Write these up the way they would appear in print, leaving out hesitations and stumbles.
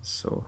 So.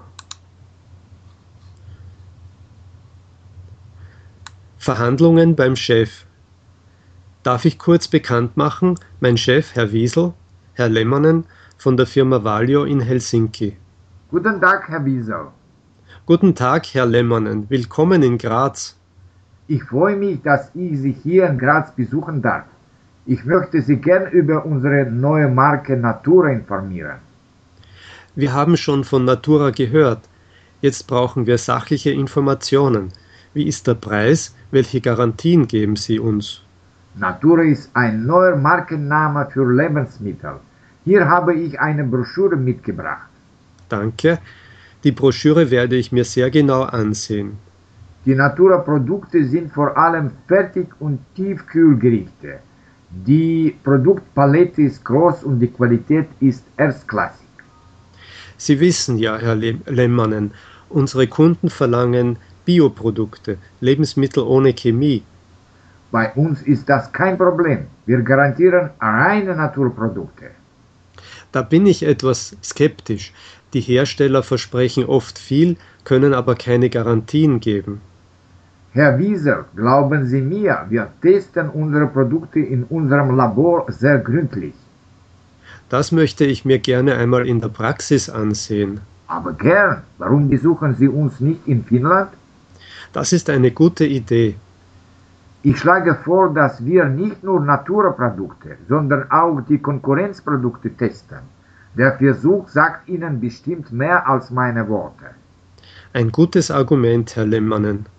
Verhandlungen beim Chef. Darf ich kurz bekannt machen, mein Chef, Herr Wiesel, Herr Lemmonen von der Firma Valio in Helsinki. Guten Tag, Herr Wiesel. Guten Tag, Herr Lemmonen. Willkommen in Graz. Ich freue mich, dass ich Sie hier in Graz besuchen darf. Ich möchte Sie gern über unsere neue Marke Natura informieren. Wir haben schon von Natura gehört. Jetzt brauchen wir sachliche Informationen. Wie ist der Preis? Welche Garantien geben Sie uns? Natura ist ein neuer Markenname für Lebensmittel. Hier habe ich eine Broschüre mitgebracht. Danke. Die Broschüre werde ich mir sehr genau ansehen. Die Natura-Produkte sind vor allem Fertig- und Tiefkühlgerichte. Die Produktpalette ist groß und die Qualität ist erstklassig. Sie wissen ja, Herr Lemmonen, unsere Kunden verlangen Bioprodukte, Lebensmittel ohne Chemie. Bei uns ist das kein Problem. Wir garantieren reine Naturprodukte. Da bin ich etwas skeptisch. Die Hersteller versprechen oft viel, können aber keine Garantien geben. Herr Wiesel, glauben Sie mir, wir testen unsere Produkte in unserem Labor sehr gründlich. Das möchte ich mir gerne einmal in der Praxis ansehen. Aber gern, warum besuchen Sie uns nicht in Finnland? Das ist eine gute Idee. Ich schlage vor, dass wir nicht nur Naturprodukte, sondern auch die Konkurrenzprodukte testen. Der Versuch sagt Ihnen bestimmt mehr als meine Worte. Ein gutes Argument, Herr Lemmonen.